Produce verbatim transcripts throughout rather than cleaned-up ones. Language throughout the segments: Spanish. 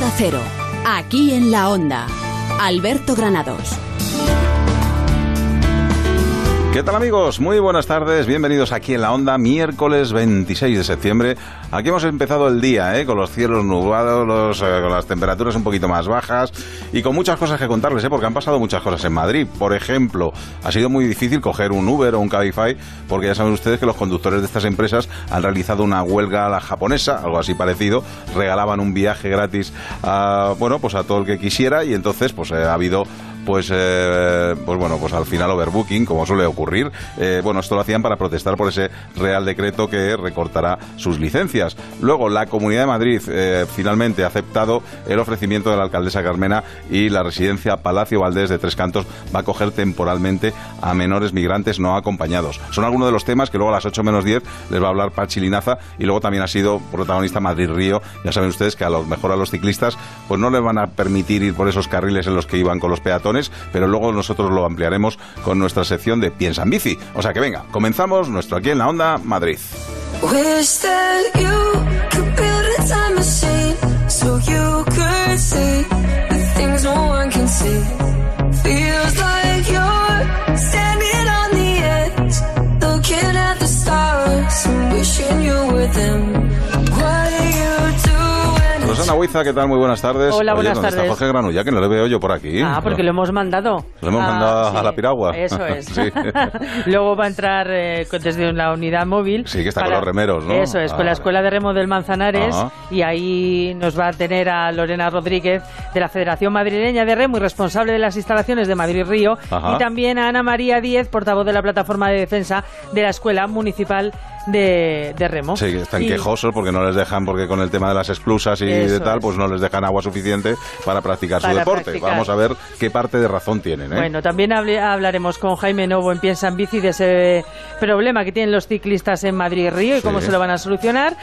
Onda Cero, aquí en la Onda, Alberto Granados. ¿Qué tal, amigos? Muy buenas tardes, bienvenidos aquí en la Onda, miércoles veintiséis de septiembre. Aquí hemos empezado el día, ¿eh? Con los cielos nublados, los, eh, con las temperaturas un poquito más bajas y con muchas cosas que contarles, ¿eh? Porque han pasado muchas cosas en Madrid. Por ejemplo, ha sido muy difícil coger un Uber o un Cabify porque ya saben ustedes que los conductores de estas empresas han realizado una huelga a la japonesa, algo así parecido. Regalaban un viaje gratis a, bueno, pues a todo el que quisiera y entonces pues eh, ha habido pues eh, pues bueno, pues al final overbooking, como suele ocurrir. Eh, bueno, esto lo hacían para protestar por ese Real Decreto que recortará sus licencias. Luego, la Comunidad de Madrid eh, finalmente ha aceptado el ofrecimiento de la alcaldesa Carmena y la residencia Palacio Valdés de Tres Cantos va a acoger temporalmente a menores migrantes no acompañados. Son algunos de los temas que luego a las ocho menos diez les va a hablar Pachi Linaza, y luego también ha sido protagonista Madrid-Río. Ya saben ustedes que a lo mejor a los ciclistas pues no les van a permitir ir por esos carriles en los que iban con los peatones, pero luego nosotros lo ampliaremos con nuestra sección de Piensa en Bici. O sea que venga, comenzamos nuestro Aquí en la Onda Madrid. Rosana Huiza, ¿qué tal? Muy buenas tardes. Hola, Oye, buenas ¿dónde tardes. está Jorge Granulla? Que no le veo yo por aquí. Ah, porque no. lo hemos mandado. Lo hemos ah, mandado sí. a la piragua. Eso es. Sí. Luego va a entrar eh, desde la unidad móvil. Sí, que está para, con los remeros, ¿no? Eso es, ah, con la vale. Escuela de Remo del Manzanares. Ajá. Y ahí nos va a tener a Lorena Rodríguez, de la Federación Madrileña de Remo y responsable de las instalaciones de Madrid-Río. Ajá. Y también a Ana María Díez, portavoz de la Plataforma de Defensa de la Escuela Municipal de, de Remo. Sí, que están y, quejosos porque no les dejan, porque con el tema de las esclusas y Eso de tal, es. pues no les dejan agua suficiente para practicar Para su deporte. practicar. Vamos a ver qué parte de razón tienen, ¿eh? Bueno, también hable, hablaremos con Jaime Novo en Piensa en Bici de ese problema que tienen los ciclistas en Madrid y Río y Sí. cómo se lo van a solucionar.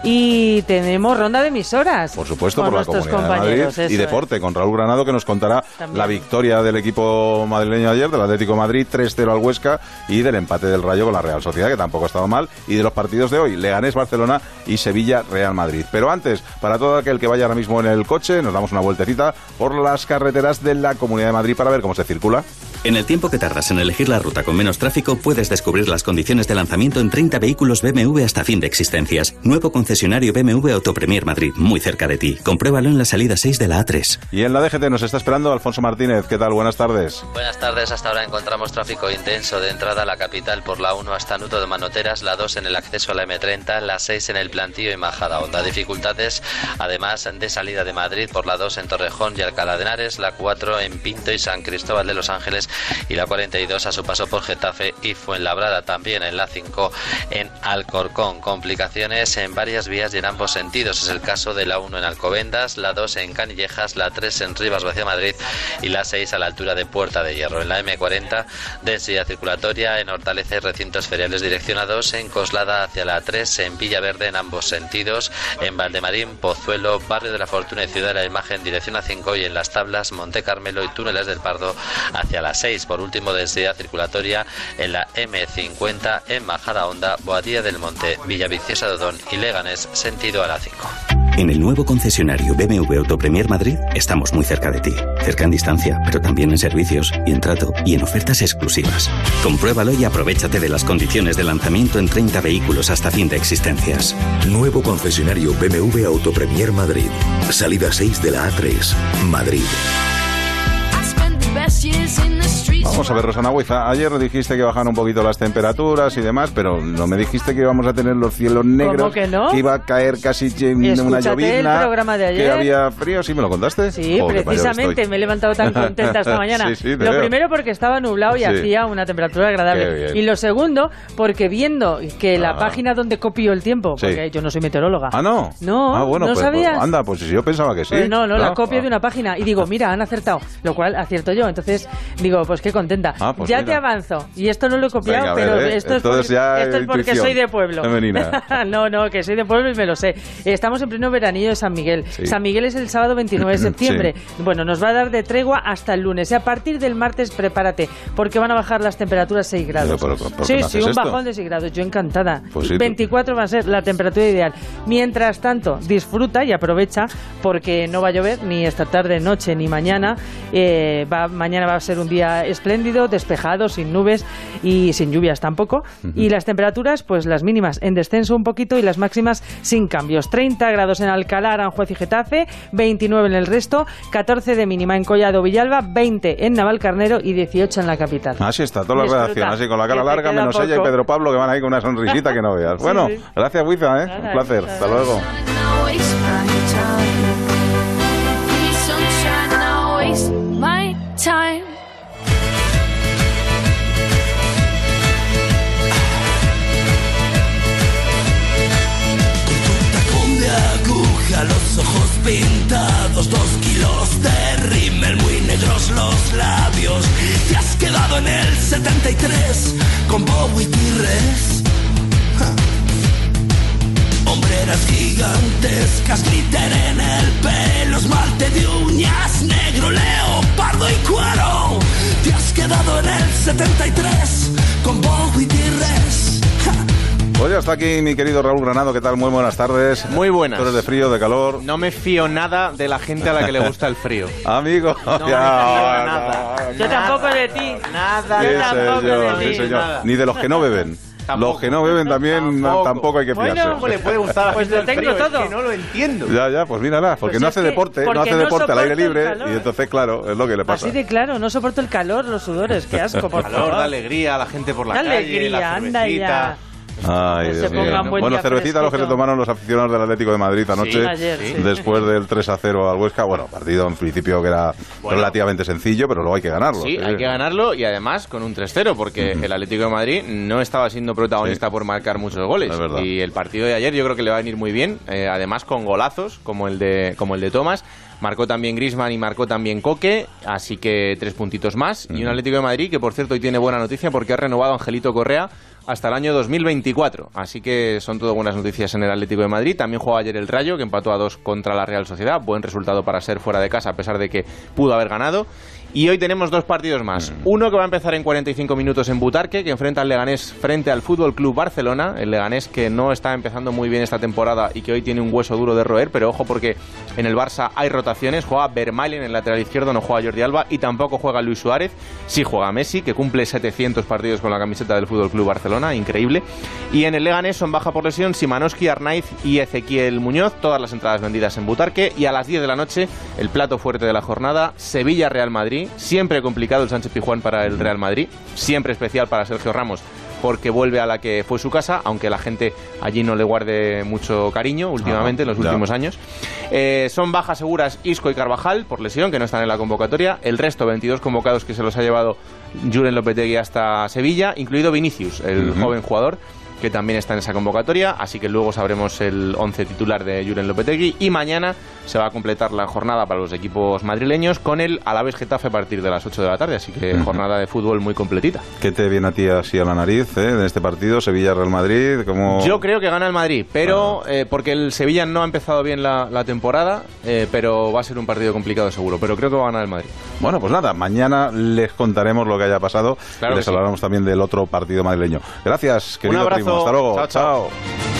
Y tenemos ronda de emisoras. Por supuesto, con por la nuestros Comunidad de Madrid compañeros, y eso deporte, con Raúl Granado, que nos contará También. la victoria del equipo madrileño ayer, del Atlético de Madrid, tres cero al Huesca, y del empate del Rayo con la Real Sociedad, que tampoco ha estado mal, y de los partidos de hoy, Leganés, Barcelona y Sevilla, Real Madrid. Pero antes, para todo aquel que vaya ahora mismo en el coche, nos damos una vueltecita por las carreteras de la Comunidad de Madrid para ver cómo se circula. En el tiempo que tardas en elegir la ruta con menos tráfico, puedes descubrir las condiciones de lanzamiento en treinta vehículos B M W hasta fin de existencias. Nuevo concesionario B M W Autopremier Madrid, muy cerca de ti. Compruébalo en la salida seis de la A tres. Y en la D G T nos está esperando Alfonso Martínez. ¿Qué tal? Buenas tardes. Buenas tardes. Hasta ahora encontramos tráfico intenso de entrada a la capital por la uno hasta Nudo de Manoteras, la dos en el acceso a la M treinta, la seis en el Plantío y Majadahonda. Dificultades, además, de salida de Madrid por la dos en Torrejón y Alcalá de Henares, la cuatro en Pinto y San Cristóbal de los Ángeles y la cuarenta y dos a su paso por Getafe y Fuenlabrada. También en la cinco en Alcorcón. Complicaciones en varias vías y en ambos sentidos. Es el caso de la uno en Alcobendas, la dos en Canillejas, la tres en Rivas Vacia Madrid y la seis a la altura de Puerta de Hierro. En la M cuarenta, densidad circulatoria en Hortaleza y recintos feriales dirección a dos, en Coslada hacia la tres, en Villaverde en ambos sentidos, en Valdemarín, Pozuelo, Barrio de la Fortuna y Ciudad de la Imagen dirección a cinco, y en Las Tablas, Monte Carmelo y Túneles del Pardo hacia la seis. Por último, densidad circulatoria en la M cincuenta en Majadahonda, Boadilla del Monte, Villaviciosa de Odón y Leganés, sentido a la cinco. En el nuevo concesionario B M W Autopremier Madrid estamos muy cerca de ti. Cerca en distancia, pero también en servicios y en trato y en ofertas exclusivas. Compruébalo y aprovechate de las condiciones de lanzamiento en treinta vehículos hasta fin de existencias. Nuevo concesionario B M W Autopremier Madrid. Salida seis de la A tres, Madrid. Vamos a ver, Rosana Huiza, ayer dijiste que bajaban un poquito las temperaturas y demás, pero no me dijiste que íbamos a tener los cielos negros. ¿Cómo que no? Que iba a caer casi una Escúchate llovizna. el programa de ayer. Que había frío, ¿sí me lo contaste? Sí, Joder, precisamente, me he levantado tan contenta esta mañana. Sí, sí, te lo veo. primero porque estaba nublado y Sí. hacía una temperatura agradable. Qué bien. Y lo segundo porque viendo que la Ah. página donde copio el tiempo, Sí. porque yo no soy meteoróloga. Ah, ¿no? No, ah, bueno, ¿no pues, sabías? Pues, anda, pues yo pensaba que sí. Pues no, no, la copio Ah. de una página y digo, mira, han acertado, lo cual acierto yo. Entonces digo, pues qué contenta. Ah, pues ya mira. te avanzo. Y esto no lo he copiado, Venga, a ver, pero ¿eh? esto, es Entonces porque, ya esto es porque intuición soy de pueblo. femenina. no, no, que soy de pueblo y me lo sé. Estamos en pleno veranillo de San Miguel. Sí. San Miguel es el sábado veintinueve de septiembre. Sí. Bueno, nos va a dar de tregua hasta el lunes. Y a partir del martes, prepárate, porque van a bajar las temperaturas seis grados. Pero, pero, ¿por qué sí, no sí, haces un esto? bajón de seis grados. Yo encantada. Pues sí, veinticuatro va a ser la temperatura ideal. Mientras tanto, disfruta y aprovecha, porque no va a llover ni esta tarde, noche, ni mañana. Eh, va, mañana va a ser un día espléndido, despejado, sin nubes y sin lluvias tampoco. Uh-huh. Y las temperaturas, pues las mínimas en descenso un poquito y las máximas sin cambios. treinta grados en Alcalá, Aranjuez y Getafe, veintinueve en el resto, catorce de mínima en Collado, Villalba, veinte en Navalcarnero y dieciocho en la capital. Así está, toda la Disfruta, redacción, así con la cara que te larga, queda menos poco. ella y Pedro Pablo, que van ahí con una sonrisita que no veas. Sí, Bueno, sí. gracias, Wiza, ¿eh? Nada, Un placer. nada. Hasta luego. Los ojos pintados, dos kilos de rímel, muy negros los labios. Te has quedado en el setenta y tres con Bowie y T-Rex. Hombreras gigantescas, glitter en el pelo, esmalte de uñas, negro, leopardo y cuero. Te has quedado en el setenta y tres con Bowie y T-Rex. Pues ya está aquí mi querido Raúl Granado. ¿Qué tal? Muy buenas tardes. Muy buenas. ¿Tú eres de frío, de calor? No me fío nada de la gente a la que le gusta el frío. Amigo. No ya, me fío nada. Yo tampoco de ti. Nada, Sí, Yo tampoco señor, de sí, ti. señor. Nada. Ni de los que no beben. Tampoco. Los que no beben también tampoco, Tampoco. hay que Bueno, fiarse. ¿Cómo le puede gustar a la Pues gente lo el tengo frío? todo. Es que no lo entiendo. Ya, ya, pues mírala, porque Pues no es hace que- deporte, no porque hace no deporte al aire soporto el libre calor. y entonces, claro, es lo que le pasa. Así de claro, no soporto el calor, los sudores, qué asco, por Calor, favor. da alegría a la gente por la Qué calle, alegría, la anda cervecita. ya. Ay, Que se Dios mío. pongan buen Bueno, día cervecita los que se fresquito. tomaron los aficionados del Atlético de Madrid anoche, Sí, ayer, sí. después del tres a cero al Huesca. Bueno, partido en principio que era Bueno. relativamente sencillo, pero luego hay que ganarlo. Sí, ¿eh? hay que ganarlo y además con un tres cero, porque Ujú. el Atlético de Madrid no estaba siendo protagonista Sí. por marcar muchos goles. Es verdad. Y el partido de ayer yo creo que le va a venir muy bien, eh, además con golazos como el de como el de Thomas. Marcó también Griezmann y marcó también Coque, así que tres puntitos más. Y un Atlético de Madrid que, por cierto, hoy tiene buena noticia porque ha renovado a Angelito Correa hasta el año dos mil veinticuatro. Así que son todo buenas noticias en el Atlético de Madrid. También jugó ayer el Rayo, que empató a dos contra la Real Sociedad. Buen resultado para ser fuera de casa, a pesar de que pudo haber ganado. Y hoy tenemos dos partidos más. Uno que va a empezar en cuarenta y cinco minutos en Butarque, que enfrenta al Leganés frente al Fútbol Club Barcelona. El Leganés que no está empezando muy bien esta temporada y que hoy tiene un hueso duro de roer, pero ojo porque en el Barça hay rotaciones. Juega Vermaelen en el lateral izquierdo, no juega Jordi Alba y tampoco juega Luis Suárez. Sí juega Messi, que cumple setecientos partidos con la camiseta del Fútbol Club Barcelona, increíble. Y en el Leganés son baja por lesión Simanowski, Arnaiz y Ezequiel Muñoz. Todas las entradas vendidas en Butarque. Y a las diez de la noche, el plato fuerte de la jornada, Sevilla-Real Madrid. Siempre complicado el Sánchez Pizjuán para el Real Madrid, siempre especial para Sergio Ramos porque vuelve a la que fue su casa, aunque la gente allí no le guarde mucho cariño últimamente, Ajá, en los ya. últimos años. Eh, son bajas seguras Isco y Carvajal por lesión, que no están en la convocatoria. El resto, veintidós convocados que se los ha llevado Julen Lopetegui hasta Sevilla, incluido Vinicius, el Ujú. joven jugador, que también está en esa convocatoria, así que luego sabremos el once titular de Julen Lopetegui y mañana se va a completar la jornada para los equipos madrileños con el Alavés Getafe a partir de las ocho de la tarde, así que Ujú. jornada de fútbol muy completita. ¿Qué te viene a ti así a la nariz eh, en este partido? Sevilla-Real Madrid, ¿cómo? Yo creo que gana el Madrid, pero eh, porque el Sevilla no ha empezado bien la, la temporada, eh, pero va a ser un partido complicado seguro, pero creo que va a ganar el Madrid. Bueno, pues nada, mañana les contaremos lo que haya pasado Claro y que les sí. hablaremos también del otro partido madrileño. Gracias, querido abrazo. primo. Hasta luego. Chao, chao.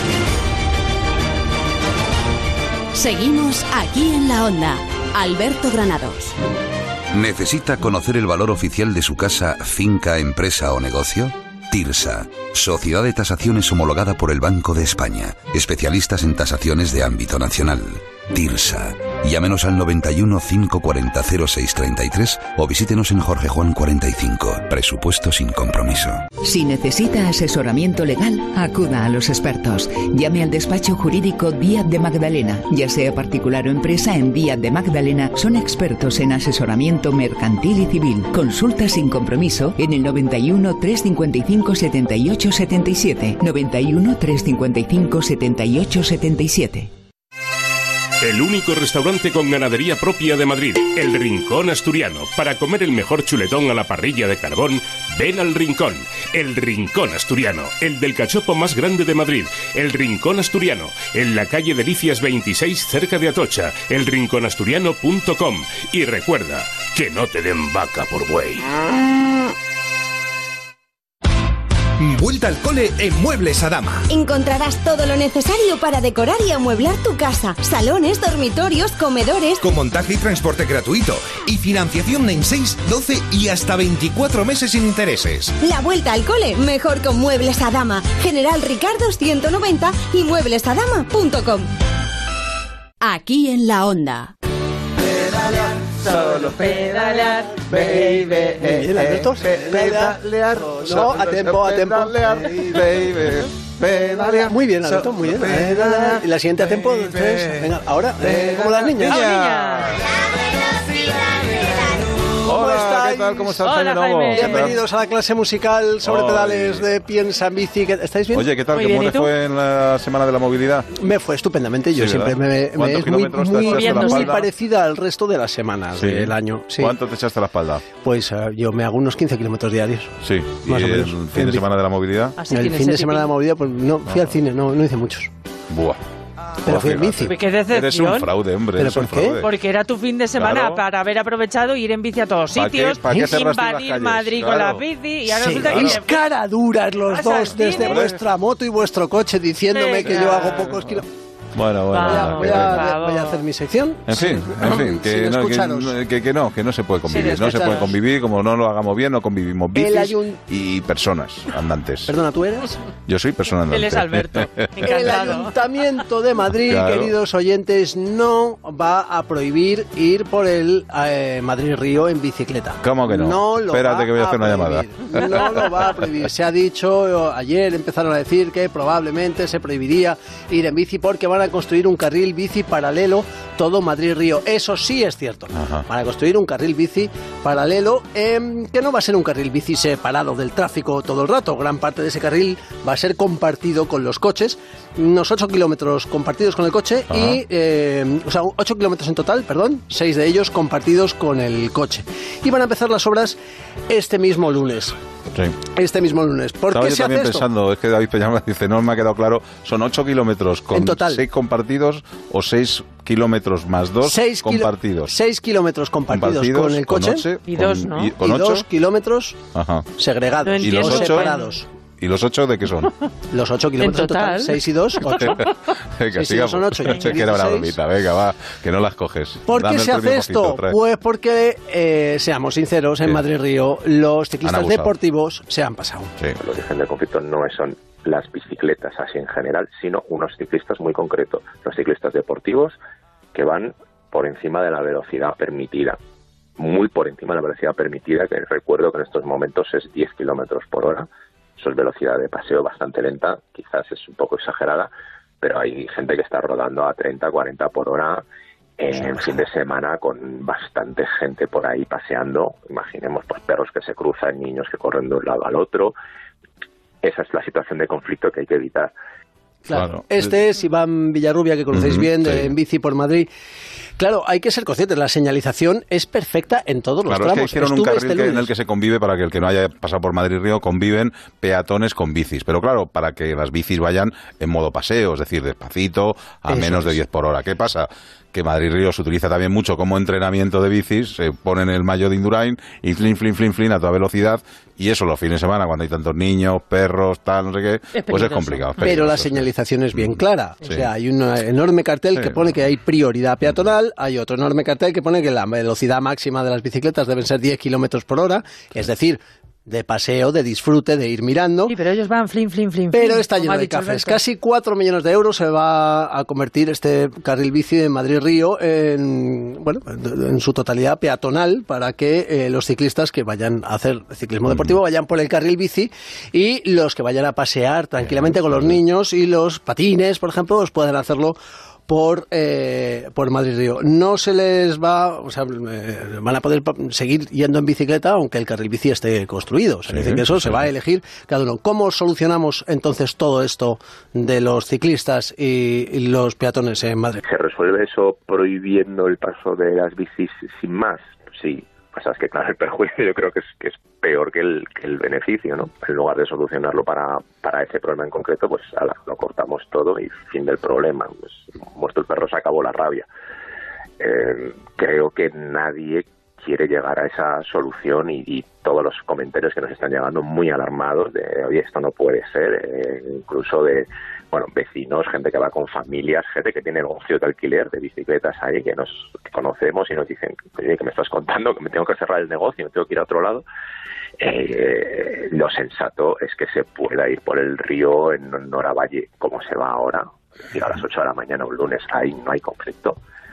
Seguimos aquí en la onda. Alberto Granados. ¿Necesita conocer el valor oficial de su casa, finca, empresa o negocio? TIRSA, Sociedad de Tasaciones homologada por el Banco de España, especialistas en tasaciones de ámbito nacional. TIRSA. Llámenos al noventa y uno, cinco cuarenta, cero seis treinta y tres o visítenos en Jorge Juan cuarenta y cinco. Presupuesto sin compromiso. Si necesita asesoramiento legal, acuda a los expertos. Llame al despacho jurídico Díaz de Magdalena. Ya sea particular o empresa, en Díaz de Magdalena son expertos en asesoramiento mercantil y civil. Consulta sin compromiso en el noventa y uno, trescientos cincuenta y cinco, setenta y ocho setenta y siete. noventa y uno, trescientos cincuenta y cinco, setenta y ocho setenta y siete. El único restaurante con ganadería propia de Madrid, El Rincón Asturiano. Para comer el mejor chuletón a la parrilla de carbón, ven al Rincón. El Rincón Asturiano, el del cachopo más grande de Madrid. El Rincón Asturiano, en la calle Delicias veintiséis, cerca de Atocha. el rincón asturiano punto com. Y recuerda, que no te den vaca por buey. Vuelta al cole en Muebles Adama. Encontrarás todo lo necesario para decorar y amueblar tu casa. Salones, dormitorios, comedores. Con montaje y transporte gratuito. Y financiación en seis, doce y hasta veinticuatro meses sin intereses. La vuelta al cole, mejor con Muebles Adama. General Ricardo ciento noventa y muebles adama punto com. Aquí en la Onda. Pedalear, solo pedalear, baby. Muy bien, Alberto. Pedalear, no, a tiempo, a tiempo. Baby. Pedalear. Muy bien, Alberto, muy bien. Pedalear. Y la siguiente a tiempo, tres. Venga, ahora, eh, como las niñas. ¡Niña! ¿Cómo Hola, estáis? ¿qué tal? ¿Cómo estás, Hola, Jaime Novo? Jaime. Bienvenidos a la clase musical sobre Ay. pedales de Piensa en Bici. ¿Estáis bien? Oye, ¿qué tal? Muy ¿Cómo bien, te ¿y tú? fue en la Semana de la Movilidad? Me fue estupendamente. Yo Sí, siempre ¿verdad? me, me ¿Cuántos es muy, kilómetros te muy, echaste a la muy espalda? parecida al resto de las semanas Sí. del año. Sí. ¿Cuánto te echaste a la espalda? Pues uh, yo me hago unos quince kilómetros diarios. Sí. Más ¿Y o menos. el En fin de bici. semana de la movilidad? Así el tienes fin de ese semana de la pin. movilidad, pues no, fui al cine, no, no hice muchos. Buah. Pero Buah, fui en fíjate. bici. ¡Qué decepción! Eres un fraude, hombre. ¿Pero eres un por qué? fraude. Porque era tu fin de semana Claro. para haber aprovechado e ir en bici a todos ¿Pa qué? sitios, ¿Pa qué cerrasteis las invadir calles? Madrid con Claro. la bici y ahora Sí, resulta Seréis que... cara duras los ¿Vas al dos desde cine? vuestra moto y vuestro coche diciéndome que Venga. yo hago pocos kilómetros. Bueno, bueno. Va, Voy a, bueno, voy, que- a, por favor. voy a hacer mi sección. En fin, en fin, que, Sin no, escucharos. que, que, que no, que no se puede convivir. Sin No se puede escucharos. convivir, como no lo hagamos bien, no convivimos El bicis ayun- y personas andantes. Perdona, ¿tú eres? Yo soy persona andante. Él es Alberto. El Encantado. Ayuntamiento de Madrid, Claro. queridos oyentes, no va a prohibir ir por el eh, Madrid-Río en bicicleta. ¿Cómo que no? No lo Espérate va que voy a hacer una llamada. prohibir. No lo va a prohibir. Se ha dicho, ayer empezaron a decir que probablemente se prohibiría ir en bici porque van a construir un carril bici paralelo todo Madrid-Río. Eso sí es cierto. Ajá. Van a construir un carril bici paralelo eh, que no va a ser un carril bici separado del tráfico todo el rato. Gran parte de ese carril va a ser compartido con los coches. Unos ocho kilómetros compartidos con el coche Ajá. y... Eh, o sea, ocho kilómetros en total, perdón, seis de ellos compartidos con el coche. Y van a empezar las obras este mismo lunes. Sí. Este mismo lunes. ¿Por Estaba qué yo se también hace esto? pensando, es que David Peñalba dice, no me ha quedado claro, son ocho kilómetros con En total. seis compartidos o seis kilómetros más dos Seis kilo- compartidos. seis kilómetros compartidos, Compartidos con el coche ocho, Y con- dos, ¿no? y- con y ocho. dos kilómetros Ajá. segregados No ¿Y los o ocho? separados. ¿Y los ocho de qué son? Los ocho kilómetros en En total, total. seis y dos, ocho. Venga, Sí, sí, sigamos. son ocho, Es que era una dieciséis. bromita, venga, va, que no las coges. ¿Por Dame qué el se hace premio esto? Mojito, trae. Pues porque, eh, seamos sinceros, en Sí. Madrid-Río los Han ciclistas abusado. deportivos se han pasado. Sí. El origen del conflicto no son las bicicletas así en general, sino unos ciclistas muy concretos, los ciclistas deportivos que van por encima de la velocidad permitida, muy por encima de la velocidad permitida, que recuerdo que en estos momentos es diez kilómetros por hora. Eso es velocidad de paseo bastante lenta, quizás es un poco exagerada, pero hay gente que está rodando a treinta, cuarenta por hora en fin de semana con bastante gente por ahí paseando. Imaginemos pues perros que se cruzan, niños que corren de un lado al otro. Esa es la situación de conflicto que hay que evitar. Claro. Claro. Este es Iván Villarrubia, que conocéis Ujú, bien, de- sí. en bici por Madrid. Claro, hay que ser conscientes, la señalización es perfecta en todos los Claro, es que tramos. hicieron un Estuve carril este que- en lunes. el que se convive, para que el que no haya pasado por Madrid-Río, conviven peatones con bicis. Pero claro, para que las bicis vayan en modo paseo, es decir, despacito, a Eso menos de es. diez por hora. ¿Qué pasa? Que Madrid-Río se utiliza también mucho como entrenamiento de bicis, se ponen el maillot de Indurain y flin, flin, flin, flin a toda velocidad, y eso los fines de semana, cuando hay tantos niños, perros, tal, no sé qué, pues es peligroso. complicado. es Pero peligroso, la sí. señalización es bien clara. O Sí. sea, hay un enorme cartel Sí. que pone que hay prioridad peatonal, hay otro enorme cartel que pone que la velocidad máxima de las bicicletas deben ser diez kilómetros por hora, es decir, de paseo, de disfrute, de ir mirando. Sí, pero ellos van flin, flin, flin. Pero flin, está como lleno ha de dicho cafés. Alberto. Casi cuatro millones de euros se va a convertir este carril bici de Madrid-Río en, bueno, en su totalidad peatonal para que eh, los ciclistas que vayan a hacer ciclismo deportivo vayan por el carril bici y los que vayan a pasear tranquilamente con los niños y los patines, por ejemplo, pues puedan hacerlo por, eh, por Madrid-Río. No se les va, o sea, eh, van a poder seguir yendo en bicicleta aunque el carril bici esté construido. O sea, sí, dice que eso sí. se va a elegir cada uno. ¿Cómo solucionamos entonces todo esto de los ciclistas y, y los peatones en Madrid? ¿Se resuelve eso prohibiendo el paso de las bicis sin más? Sí. O sea, es que claro, el perjuicio yo creo que es, que es peor que el, que el beneficio, ¿no? En lugar de solucionarlo para, para ese problema en concreto, pues ala, lo cortamos todo y fin del problema. Pues, muerto el perro, se acabó la rabia. Eh, creo que nadie quiere llegar a esa solución y, y todos los comentarios que nos están llegando muy alarmados de, oye, esto no puede ser, eh, incluso de, bueno, vecinos, gente que va con familias, gente que tiene negocios de alquiler de bicicletas ahí, que nos que conocemos y nos dicen, oye, que me estás contando que me tengo que cerrar el negocio, me tengo que ir a otro lado. Eh, lo sensato es que se pueda ir por el río en Noravalle, como se va ahora, es decir, a las ocho de la mañana un lunes, ahí no hay conflicto.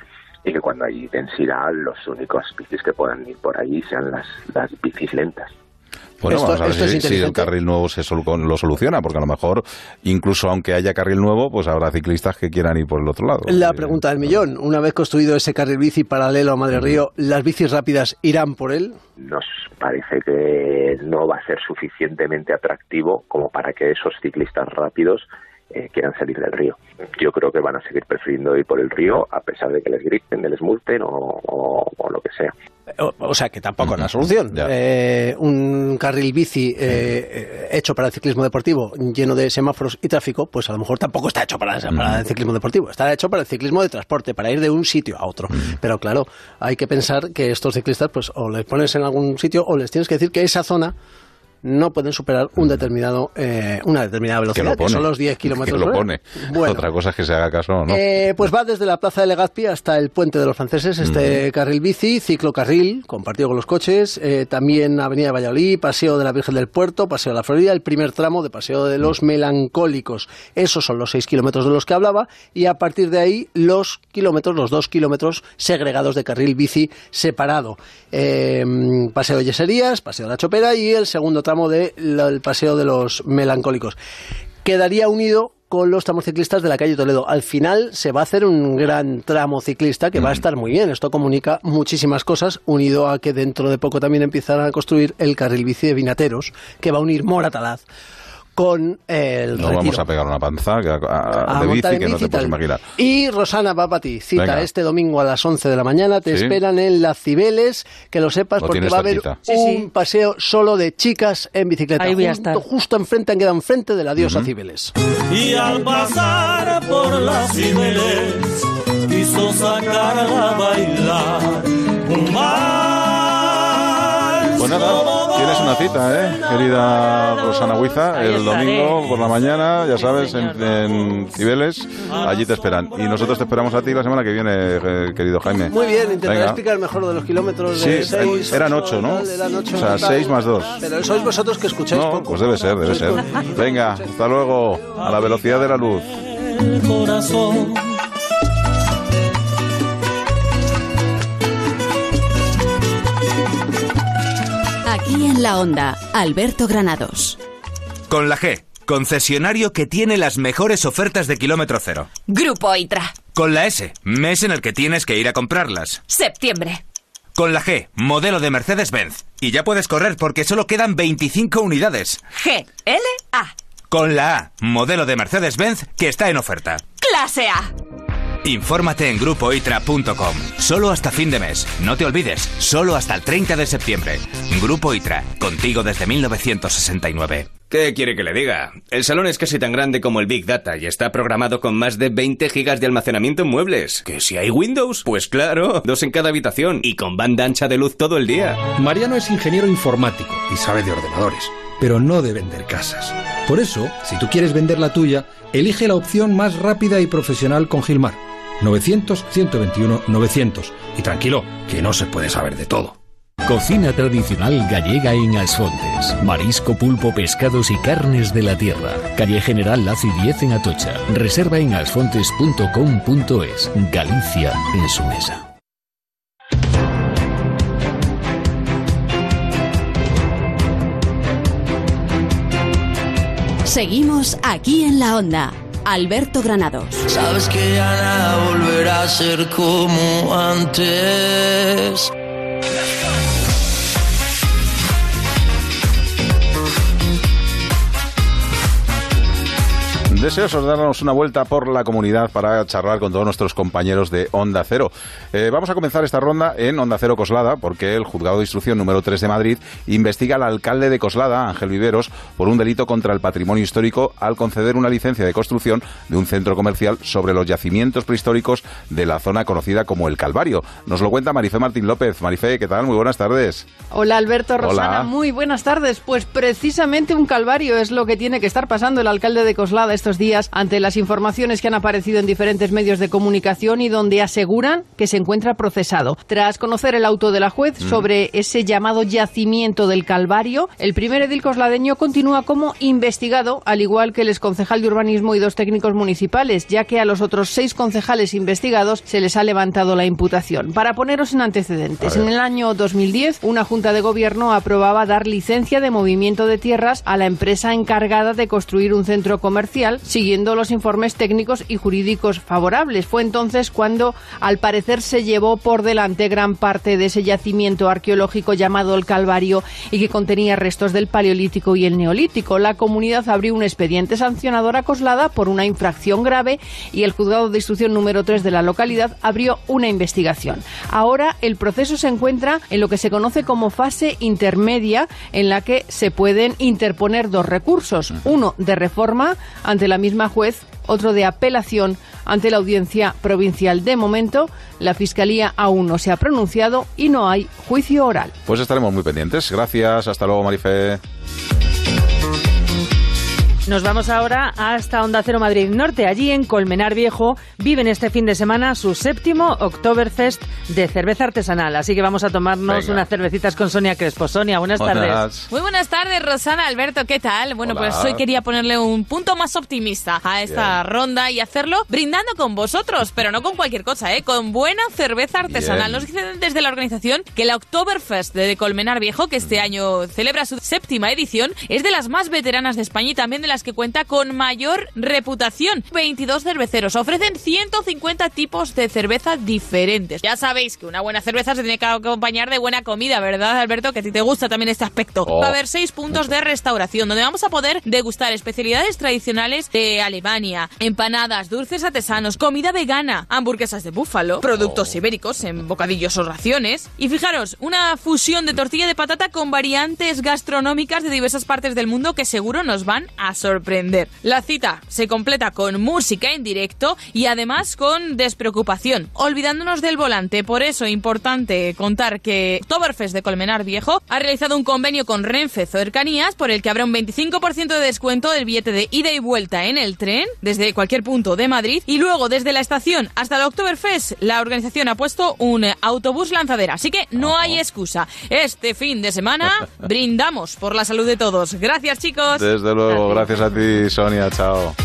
Y que cuando hay densidad, los únicos bicis que puedan ir por allí sean las, las bicis lentas. Bueno, esto, vamos a ver esto si, es si el carril nuevo se solu- lo soluciona, porque a lo mejor, incluso aunque haya carril nuevo, pues habrá ciclistas que quieran ir por el otro lado. La pregunta del millón, una vez construido ese carril bici paralelo a Madrid-Río, ¿las bicis rápidas irán por él? Nos parece que no va a ser suficientemente atractivo como para que esos ciclistas rápidos Eh, quieran salir del río. Yo creo que van a seguir prefiriendo ir por el río a pesar de que les griten, les multen o, o, o lo que sea. O, o sea que tampoco es la solución. Eh, un carril bici eh, hecho para el ciclismo deportivo lleno de semáforos y tráfico, pues a lo mejor tampoco está hecho para, para el ciclismo deportivo. Está hecho para el ciclismo de transporte, para ir de un sitio a otro. Pero claro, hay que pensar que estos ciclistas, pues o les pones en algún sitio o les tienes que decir que esa zona no pueden superar un determinado eh, una determinada velocidad, que, que son los diez kilómetros que lo pone. Bueno, otra cosa es que se haga caso o no. Eh, pues va desde la plaza de Legazpi hasta el puente de los franceses, este uh-huh. carril bici, ciclocarril, compartido con los coches, eh, también Avenida de Valladolid, Paseo de la Virgen del Puerto, Paseo de la Florida, el primer tramo de Paseo de los Melancólicos. Esos son los seis kilómetros de los que hablaba, y a partir de ahí los kilómetros, los dos kilómetros segregados de carril bici separado. Eh, Paseo de Yeserías, Paseo de la Chopera y el segundo tramo del Paseo de los Melancólicos. Quedaría unido con los tramos ciclistas de la calle Toledo. Al final se va a hacer un gran tramo ciclista que mm. va a estar muy bien. Esto comunica muchísimas cosas, unido a que dentro de poco también empiezan a construir el carril bici de Vinateros, que va a unir Moratalaz con el Nos Retiro. Vamos a pegar una panza a, a, a de bici que no te puedes imaginar. Y Rosana, va para ti. Cita Venga. Este domingo a las once de la mañana. Te ¿Sí? esperan en Las Cibeles, que lo sepas, Lo porque va a haber cerquita. un sí, sí. paseo solo de chicas en bicicleta. Ahí voy a justo, estar. justo enfrente, han quedado enfrente de la diosa uh-huh. Cibeles. Y al pasar por las Cibeles quiso sacarla a bailar un vals. Pues nada, tienes una cita, ¿eh? Querida Rosana Huiza, Ahí el estaré. domingo por la mañana, ya Sí, sabes, en, señor. en Cibeles, allí te esperan. Y nosotros te esperamos a ti la semana que viene, eh, querido Jaime. Muy bien, intentaré Venga. explicar mejor lo de los kilómetros. Sí, de seis, eran ocho, ocho, ¿no? tal, eran ocho, O sea, tal. seis más dos. Pero sois vosotros que escucháis No, poco. pues debe ser, debe ser. Venga, hasta luego, a la velocidad de la luz. El corazón. Aquí en la Onda, Alberto Granados. Con la G, concesionario que tiene las mejores ofertas de kilómetro cero. Grupo ITRA. Con la S, mes en el que tienes que ir a comprarlas. Septiembre. Con la G, modelo de Mercedes-Benz. Y ya puedes correr porque solo quedan veinticinco unidades. G L A. Con la A, modelo de Mercedes-Benz que está en oferta. Clase A. Infórmate en grupo itra punto com. Solo hasta fin de mes. No te olvides, solo hasta el treinta de septiembre. Grupo ITRA, contigo desde mil novecientos sesenta y nueve. ¿Qué quiere que le diga? El salón es casi tan grande como el Big Data y está programado con más de veinte gigas de almacenamiento en muebles. ¿Que si hay Windows? Pues claro, dos en cada habitación y con banda ancha de luz todo el día. Mariano es ingeniero informático y sabe de ordenadores, pero no de vender casas. Por eso, si tú quieres vender la tuya, elige la opción más rápida y profesional con Gilmar. novecientos, ciento veintiuno, novecientos. Y tranquilo, que no se puede saber de todo. Cocina tradicional gallega en Asfontes. Marisco, pulpo, pescados y carnes de la tierra. Calle General Laci diez en Atocha. Reserva en asfontes punto com punto es. Galicia en su mesa. Seguimos aquí en la Onda. Alberto Granados. Sabes que ya nada volverá a ser como antes. Deseosos de darnos una vuelta por la comunidad para charlar con todos nuestros compañeros de Onda Cero. Eh, vamos a comenzar esta ronda en Onda Cero Coslada, porque el Juzgado de Instrucción número tres de Madrid investiga al alcalde de Coslada, Ángel Viveros, por un delito contra el patrimonio histórico al conceder una licencia de construcción de un centro comercial sobre los yacimientos prehistóricos de la zona conocida como El Calvario. Nos lo cuenta Marifé Martín López. Marifé, ¿qué tal? Muy buenas tardes. Hola Alberto, Rosana, Hola. Muy buenas tardes. Pues precisamente un calvario es lo que tiene que estar pasando el alcalde de Coslada estos días ante las informaciones que han aparecido en diferentes medios de comunicación y donde aseguran que se encuentra procesado. Tras conocer el auto de la juez mm. sobre ese llamado yacimiento del Calvario, el primer edil cosladeño continúa como investigado, al igual que el exconcejal de urbanismo y dos técnicos municipales, ya que a los otros seis concejales investigados se les ha levantado la imputación. Para poneros en antecedentes, en el año dos mil diez, una junta de gobierno aprobaba dar licencia de movimiento de tierras a la empresa encargada de construir un centro comercial, siguiendo los informes técnicos y jurídicos favorables. Fue entonces cuando, al parecer, se llevó por delante gran parte de ese yacimiento arqueológico llamado El Calvario y que contenía restos del Paleolítico y el Neolítico. La comunidad abrió un expediente sancionador a Coslada por una infracción grave y el Juzgado de Instrucción número tres de la localidad abrió una investigación. Ahora el proceso se encuentra en lo que se conoce como fase intermedia, en la que se pueden interponer dos recursos, uno de reforma ante la misma juez, otro de apelación ante la Audiencia Provincial. De momento, la Fiscalía aún no se ha pronunciado y no hay juicio oral. Pues estaremos muy pendientes. Gracias. Hasta luego, Marifé. Nos vamos ahora hasta Onda Cero Madrid Norte. Allí, en Colmenar Viejo, viven este fin de semana su séptimo Oktoberfest de cerveza artesanal. Así que vamos a tomarnos Venga. unas cervecitas con Sonia Crespo. Sonia, buenas, buenas tardes. Muy buenas tardes, Rosana, Alberto, ¿qué tal? Bueno, Hola. Pues hoy quería ponerle un punto más optimista a esta Bien. ronda y hacerlo brindando con vosotros, pero no con cualquier cosa, ¿eh? Con buena cerveza artesanal. Bien. Nos dicen desde la organización que la Oktoberfest de Colmenar Viejo, que este año celebra su séptima edición, es de las más veteranas de España y también de las que cuenta con mayor reputación. veintidós cerveceros ofrecen ciento cincuenta tipos de cerveza diferentes. Ya sabéis que una buena cerveza se tiene que acompañar de buena comida, ¿verdad, Alberto? Que a ti te gusta también este aspecto. Oh, Va a haber seis puntos mucho. de restauración donde vamos a poder degustar especialidades tradicionales de Alemania, empanadas, dulces artesanos, comida vegana, hamburguesas de búfalo, productos oh. ibéricos en bocadillos o raciones. Y fijaros, una fusión de tortilla de patata con variantes gastronómicas de diversas partes del mundo que seguro nos van a sorprender. La cita se completa con música en directo y además con despreocupación, olvidándonos del volante. Por eso, importante contar que Oktoberfest de Colmenar Viejo ha realizado un convenio con Renfe Cercanías por el que habrá un veinticinco por ciento de descuento del billete de ida y vuelta en el tren desde cualquier punto de Madrid, y luego desde la estación hasta la Oktoberfest la organización ha puesto un autobús lanzadera, así que no hay excusa. Este fin de semana brindamos por la salud de todos. Gracias, chicos. Desde luego, gracias a ti, Sonia, chao.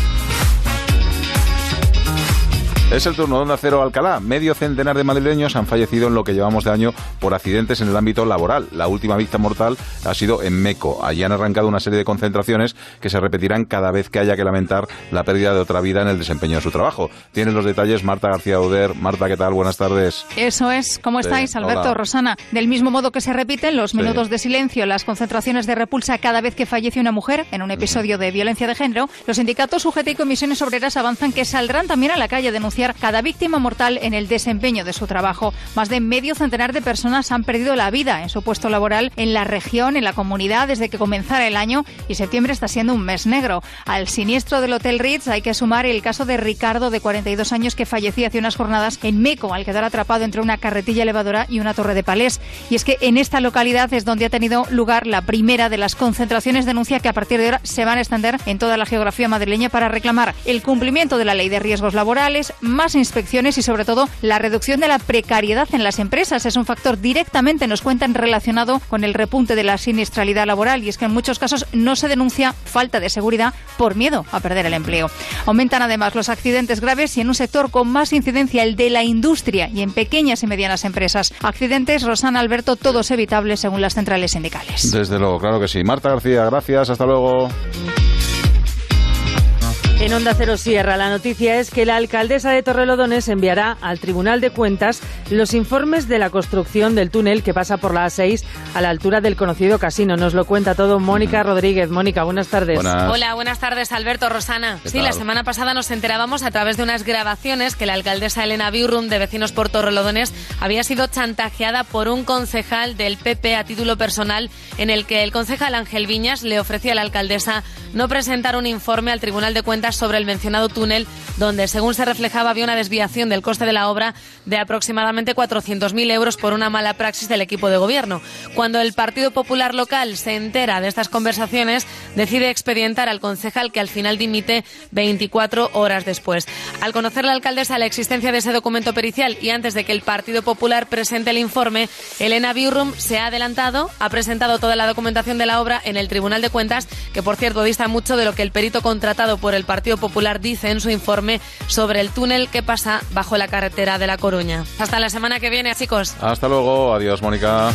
Es el turno de Onda Cero Alcalá. Medio centenar de madrileños han fallecido en lo que llevamos de año por accidentes en el ámbito laboral. La última víctima mortal ha sido en Meco. Allí han arrancado una serie de concentraciones que se repetirán cada vez que haya que lamentar la pérdida de otra vida en el desempeño de su trabajo. Tienen los detalles Marta García Oder. Marta, ¿qué tal? Buenas tardes. Eso es. ¿Cómo estáis, sí, Alberto, hola. Rosana? Del mismo modo que se repiten los minutos sí. de silencio, las concentraciones de repulsa cada vez que fallece una mujer en un episodio de violencia de género, los sindicatos U G T y comisiones obreras avanzan que saldrán también a la calle a denunciar cada víctima mortal en el desempeño de su trabajo. Más de medio centenar de personas han perdido la vida en su puesto laboral en la región, en la comunidad, desde que comenzara el año, y septiembre está siendo un mes negro. Al siniestro del Hotel Ritz hay que sumar el caso de Ricardo, de cuarenta y dos años, que fallecía hace unas jornadas en Meco al quedar atrapado entre una carretilla elevadora y una torre de palés. Y es que en esta localidad es donde ha tenido lugar la primera de las concentraciones de denuncia que a partir de ahora se van a extender en toda la geografía madrileña para reclamar el cumplimiento de la ley de riesgos laborales, más inspecciones y sobre todo la reducción de la precariedad en las empresas. Es un factor directamente, nos cuentan, relacionado con el repunte de la siniestralidad laboral, y es que en muchos casos no se denuncia falta de seguridad por miedo a perder el empleo. Aumentan además los accidentes graves y en un sector con más incidencia, el de la industria, y en pequeñas y medianas empresas. Accidentes, Rosana, Alberto, todos evitables según las centrales sindicales. Desde luego, claro que sí. Marta García, gracias, hasta luego. En Onda Cero Sierra, la noticia es que la alcaldesa de Torrelodones enviará al Tribunal de Cuentas los informes de la construcción del túnel que pasa por la A seis a la altura del conocido casino. Nos lo cuenta todo Mónica Rodríguez. Mónica, buenas tardes. Buenas. Hola, buenas tardes, Alberto, Rosana. Sí, tal? La semana pasada nos enterábamos a través de unas grabaciones que la alcaldesa Elena Biurrun, de Vecinos por Torrelodones, había sido chantajeada por un concejal del P P a título personal, en el que el concejal Ángel Viñas le ofrecía a la alcaldesa no presentar un informe al Tribunal de Cuentas sobre el mencionado túnel, donde, según se reflejaba, había una desviación del coste de la obra de aproximadamente cuatrocientos mil euros por una mala praxis del equipo de gobierno. Cuando el Partido Popular local se entera de estas conversaciones, decide expedientar al concejal, que al final dimite veinticuatro horas después. Al conocer la alcaldesa la existencia de ese documento pericial y antes de que el Partido Popular presente el informe, Elena Biurrun se ha adelantado, ha presentado toda la documentación de la obra en el Tribunal de Cuentas, que por cierto dista mucho de lo que el perito contratado por el Partido Popular dice en su informe sobre el túnel que pasa bajo la carretera de La Coruña. Hasta la semana que viene, chicos. Hasta luego. Adiós, Mónica.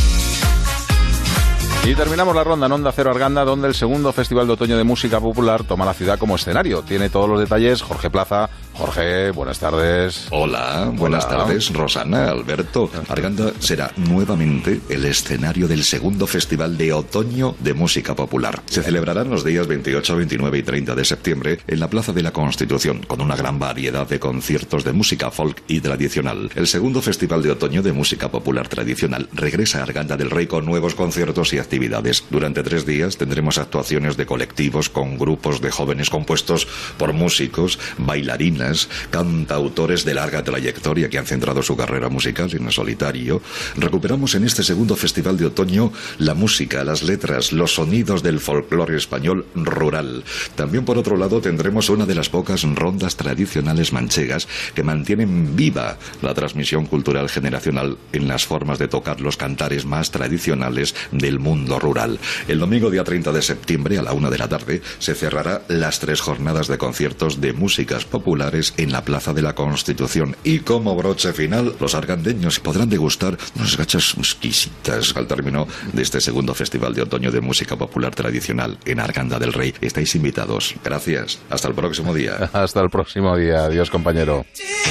Y terminamos la ronda en Onda Cero Arganda, donde el segundo Festival de Otoño de Música Popular toma la ciudad como escenario. Tiene todos los detalles Jorge Plaza. Jorge, buenas tardes. Hola, buenas Hola. tardes, Rosana, Alberto. Arganda será nuevamente el escenario del segundo Festival de Otoño de Música Popular. Se celebrarán los días veintiocho, veintinueve y treinta de septiembre en la Plaza de la Constitución, con una gran variedad de conciertos de música folk y tradicional. El segundo Festival de Otoño de Música Popular Tradicional regresa a Arganda del Rey con nuevos conciertos y actividades. Durante tres días tendremos actuaciones de colectivos con grupos de jóvenes compuestos por músicos, bailarinas, cantautores de larga trayectoria que han centrado su carrera musical en el solitario. Recuperamos en este segundo Festival de Otoño la música, las letras, los sonidos del folclore español rural. También, por otro lado, tendremos una de las pocas rondas tradicionales manchegas que mantienen viva la transmisión cultural generacional en las formas de tocar los cantares más tradicionales del mundo rural. El domingo día treinta de septiembre a la una de la tarde se cerrará las tres jornadas de conciertos de músicas populares en la Plaza de la Constitución, y como broche final los argandeños podrán degustar unas gachas exquisitas al término de este segundo Festival de Otoño de Música Popular Tradicional en Arganda del Rey. Estáis invitados. Gracias. Hasta el próximo día. Hasta el próximo día. Adiós, compañero.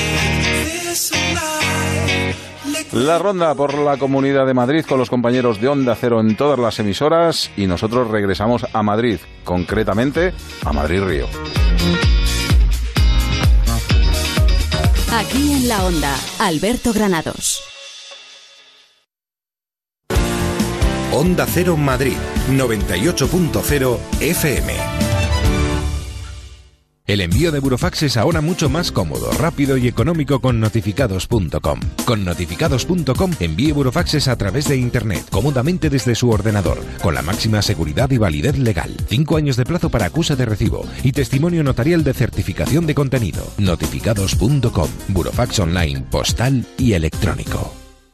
La ronda por la Comunidad de Madrid con los compañeros de Onda Cero en todas las emisoras, y nosotros regresamos a Madrid, concretamente a Madrid Río. Aquí en la Onda, Alberto Granados. Onda Cero Madrid, noventa y ocho punto cero F M. El envío de burofax es ahora mucho más cómodo, rápido y económico con notificados punto com. Con notificados punto com envíe burofaxes a través de Internet, cómodamente desde su ordenador, con la máxima seguridad y validez legal. Cinco años de plazo para acusa de recibo y testimonio notarial de certificación de contenido. notificados punto com, burofax online, postal y electrónico.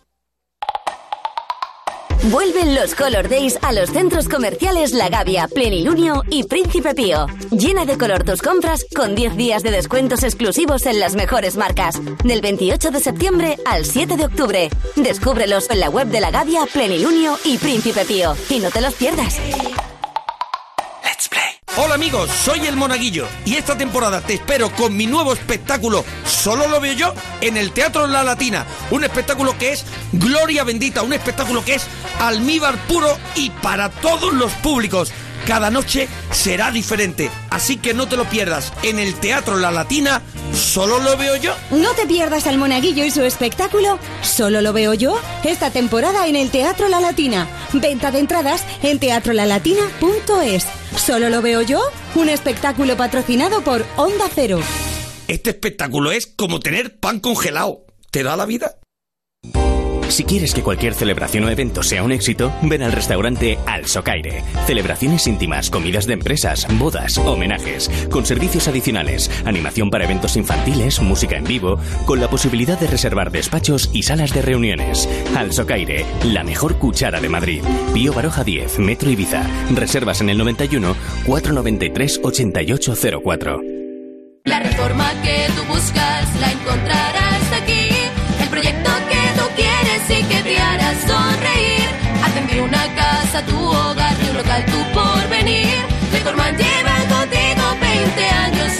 Vuelven los Color Days a los centros comerciales La Gavia, Plenilunio y Príncipe Pío. Llena de color tus compras con diez días de descuentos exclusivos en las mejores marcas. Del veintiocho de septiembre al siete de octubre. Descúbrelos en la web de La Gavia, Plenilunio y Príncipe Pío. Y no te los pierdas. Let's play. Hola amigos, soy el Monaguillo y esta temporada te espero con mi nuevo espectáculo Solo lo veo yo en el Teatro La Latina. Un espectáculo que es gloria bendita, un espectáculo que es almíbar puro y para todos los públicos. Cada noche será diferente, así que no te lo pierdas. En el Teatro La Latina, Solo lo veo yo. No te pierdas al Monaguillo y su espectáculo Solo lo veo yo esta temporada en el Teatro La Latina. Venta de entradas en teatro la latina punto es. Solo lo veo yo, un espectáculo patrocinado por Onda Cero. Este espectáculo es como tener pan congelado. ¿Te da la vida? Si quieres que cualquier celebración o evento sea un éxito, ven al restaurante Al Socaire. Celebraciones íntimas, comidas de empresas, bodas, homenajes, con servicios adicionales, animación para eventos infantiles, música en vivo, con la posibilidad de reservar despachos y salas de reuniones. Al Socaire, la mejor cuchara de Madrid. Pío Baroja diez, Metro Ibiza. Reservas en el noventa y uno, cuatrocientos noventa y tres, ochenta y ocho cero cuatro. La reforma que tú buscas la encontrarás aquí. El proyecto que tú quieres y que te hará sonreír. Hacen de una casa tu hogar, de un local tu porvenir. Lecorman lleva contigo veinte años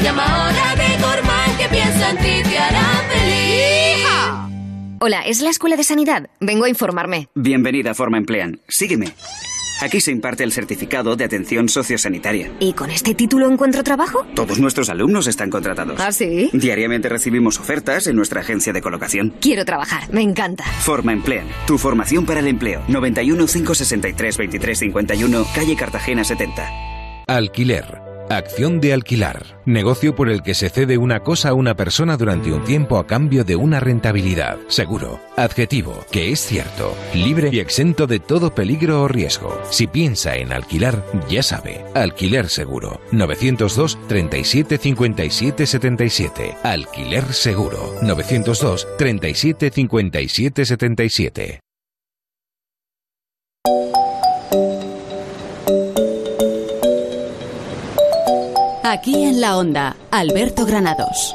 Llama ahora a Decorman, que piensa en ti, te hará feliz. ¡Hija! Hola, ¿es la Escuela de Sanidad? Vengo a informarme. Bienvenida a Forma Emplean. Sígueme. Aquí se imparte el certificado de atención sociosanitaria. ¿Y con este título encuentro trabajo? Todos nuestros alumnos están contratados. ¿Ah, sí? Diariamente recibimos ofertas en nuestra agencia de colocación. Quiero trabajar, me encanta. Forma Emplean, tu formación para el empleo. noventa y uno, quinientos sesenta y tres, veintitrés cincuenta y uno, calle Cartagena setenta. Alquiler. Acción de alquilar. Negocio por el que se cede una cosa a una persona durante un tiempo a cambio de una rentabilidad. Seguro. Adjetivo, que es cierto. Libre y exento de todo peligro o riesgo. Si piensa en alquilar, ya sabe. Alquiler Seguro. novecientos dos, treinta y siete, cincuenta y siete, setenta y siete. Alquiler Seguro. novecientos dos, treinta y siete, cincuenta y siete, setenta y siete. Aquí en la Onda, Alberto Granados.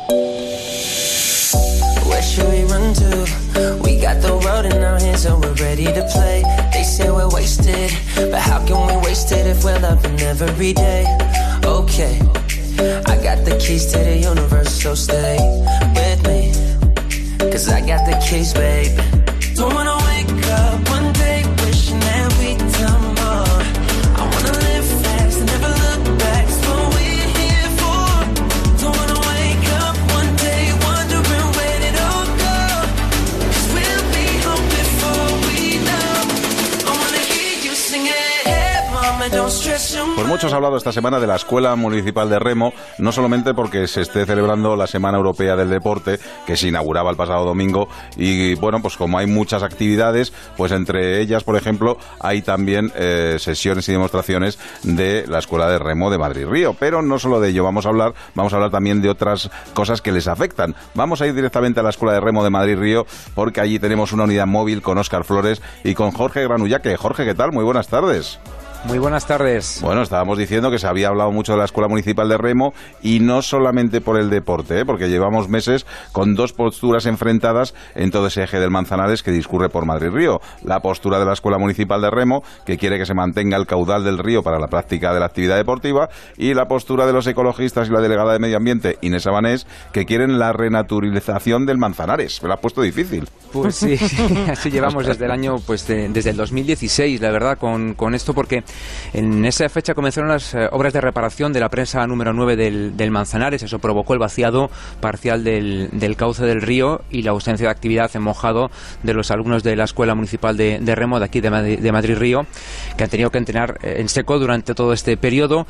Where should we run to? We got the road in our hands and we're ready to play. They say we're wasted, but how can we waste it if we're loving every day? Okay, I got the keys to the universe, so stay with me, 'cause I got the keys, babe. Don't wanna wake up one day wishing that we'd done more. I wanna live fast and never look back. It's what we're here for. Don't wanna wake up one day wondering where did it all go. 'Cause we'll be home before we know. I wanna hear you sing it. Hey, mama, don't stress your mind. Pues mucho se ha hablado esta semana de la Escuela Municipal de Remo, no solamente porque se esté celebrando la Semana Europea del Deporte, que se inauguraba el pasado domingo, y bueno, pues como hay muchas actividades, pues entre ellas, por ejemplo, hay también eh, sesiones y demostraciones de la Escuela de Remo de Madrid-Río, pero no solo de ello vamos a hablar, vamos a hablar también de otras cosas que les afectan. Vamos a ir directamente a la Escuela de Remo de Madrid-Río, porque allí tenemos una unidad móvil con Óscar Flores y con Jorge Granullaque. Jorge, ¿qué tal? Muy buenas tardes. Muy buenas tardes. Bueno, estábamos diciendo que se había hablado mucho de la Escuela Municipal de Remo y no solamente por el deporte, ¿eh? Porque llevamos meses con dos posturas enfrentadas en todo ese eje del Manzanares que discurre por Madrid-Río. La postura de la Escuela Municipal de Remo, que quiere que se mantenga el caudal del río para la práctica de la actividad deportiva, y la postura de los ecologistas y la delegada de Medio Ambiente, Inés Abanés, que quieren la renaturalización del Manzanares. Me lo ha puesto difícil. Pues sí, sí, así llevamos desde el año, pues de, desde el dos mil dieciséis, la verdad, con, con esto, porque en esa fecha comenzaron las eh, obras de reparación de la presa número nueve del, del Manzanares. Eso provocó el vaciado parcial del, del cauce del río y la ausencia de actividad en mojado de los alumnos de la Escuela Municipal de, de Remo de aquí de, Madrid, de Madrid-Río, que han tenido que entrenar en seco durante todo este periodo.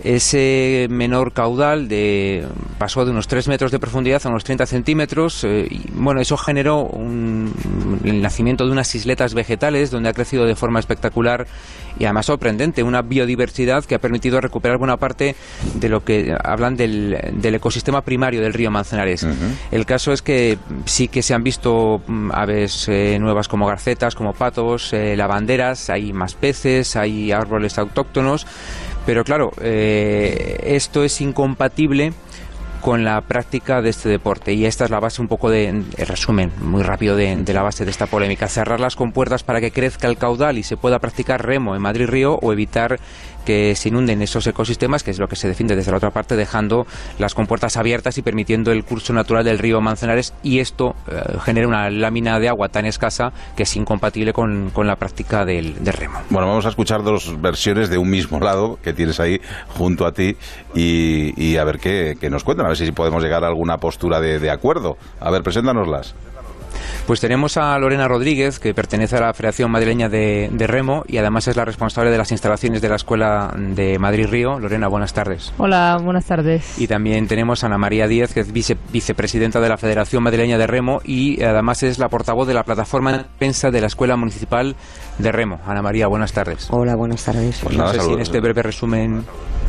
Ese menor caudal de, pasó de unos tres metros de profundidad a unos treinta centímetros eh, y bueno, eso generó un, el nacimiento de unas isletas vegetales donde ha crecido de forma espectacular y además sorprendente, una biodiversidad que ha permitido recuperar buena parte de lo que hablan del, del ecosistema primario del río Manzanares. Uh-huh. El caso es que sí que se han visto aves eh, nuevas como garcetas, como patos, eh, lavanderas, hay más peces, hay árboles autóctonos, pero claro, eh, esto es incompatible con la práctica de este deporte, y esta es la base un poco de, el resumen muy rápido de, de la base de esta polémica: cerrar las compuertas para que crezca el caudal y se pueda practicar remo en Madrid-Río, o evitar que se inunden esos ecosistemas, que es lo que se defiende desde la otra parte, dejando las compuertas abiertas y permitiendo el curso natural del río Manzanares, y esto eh, genera una lámina de agua tan escasa que es incompatible con, con la práctica del, del remo. Bueno, vamos a escuchar dos versiones de un mismo lado que tienes ahí junto a ti y, y a ver qué, qué nos cuentan, a ver si podemos llegar a alguna postura de, de acuerdo. A ver, preséntanoslas. Pues tenemos a Lorena Rodríguez, que pertenece a la Federación Madrileña de, de Remo y además es la responsable de las instalaciones de la Escuela de Madrid-Río. Lorena, buenas tardes. Hola, buenas tardes. Y también tenemos a Ana María Díez, que es vice, vicepresidenta de la Federación Madrileña de Remo y además es la portavoz de la plataforma de prensa de la Escuela Municipal de Remo. Ana María, buenas tardes. Hola, buenas tardes. Pues no sé si en este breve resumen...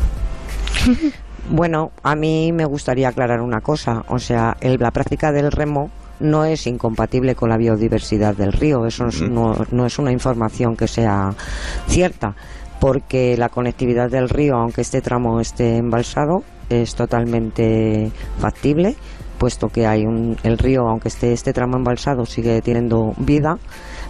Bueno, a mí me gustaría aclarar una cosa, o sea, el, la práctica del remo no es incompatible con la biodiversidad del río, eso es, no, no es una información que sea cierta, porque la conectividad del río, aunque este tramo esté embalsado, es totalmente factible, puesto que hay un, el río, aunque esté este tramo embalsado, sigue teniendo vida,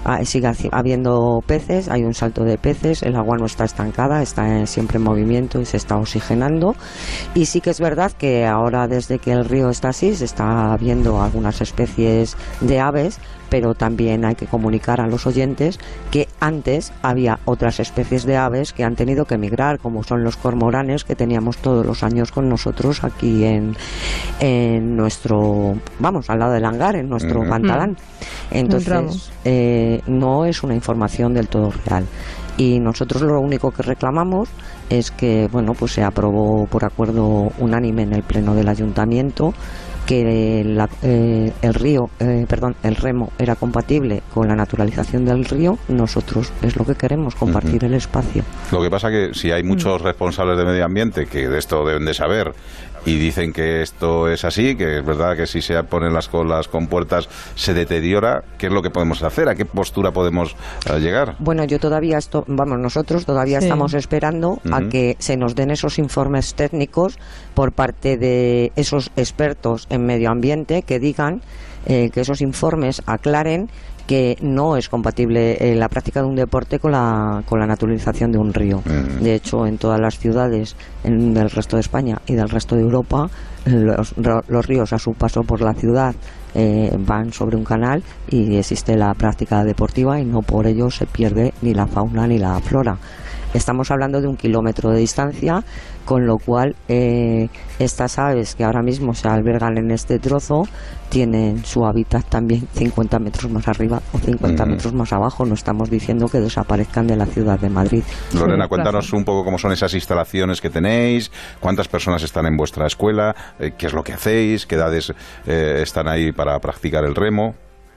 sigue habiendo peces, hay un salto de peces, el agua no está estancada, está siempre en movimiento y se está oxigenando. Y sí que es verdad que ahora, desde que el río está así, se está viendo algunas especies de aves, pero también hay que comunicar a los oyentes que antes había otras especies de aves que han tenido que migrar, como son los cormoranes, que teníamos todos los años con nosotros aquí en, en nuestro, vamos, al lado del hangar, en nuestro uh-huh. pantalán. Entonces, eh, no es una información del todo real. Y nosotros lo único que reclamamos es que, bueno, pues se aprobó por acuerdo unánime en el pleno del ayuntamiento que la, eh, el río, eh, perdón, el remo era compatible con la naturalización del río. Nosotros es lo que queremos, compartir uh-huh. el espacio. Lo que pasa que si hay muchos responsables de medio ambiente que de esto deben de saber y dicen que esto es así, que es verdad que si se ponen las colas con puertas se deteriora, ¿qué es lo que podemos hacer? ¿A qué postura podemos uh, llegar? Bueno, yo todavía esto, vamos, nosotros todavía sí. estamos esperando uh-huh. a que se nos den esos informes técnicos por parte de esos expertos en medio ambiente que digan eh, que esos informes aclaren que no es compatible eh, la práctica de un deporte con la, con la naturalización de un río. Mm. De hecho, en todas las ciudades en, del resto de España y del resto de Europa, los, los ríos a su paso por la ciudad eh, van sobre un canal y existe la práctica deportiva y no por ello se pierde ni la fauna ni la flora. Estamos hablando de un kilómetro de distancia, con lo cual eh, estas aves que ahora mismo se albergan en este trozo tienen su hábitat también cincuenta metros más arriba o cincuenta mm. metros más abajo. No estamos diciendo que desaparezcan de la ciudad de Madrid. Lorena, cuéntanos un poco cómo son esas instalaciones que tenéis, cuántas personas están en vuestra escuela, eh, qué es lo que hacéis, qué edades eh, están ahí para practicar el remo.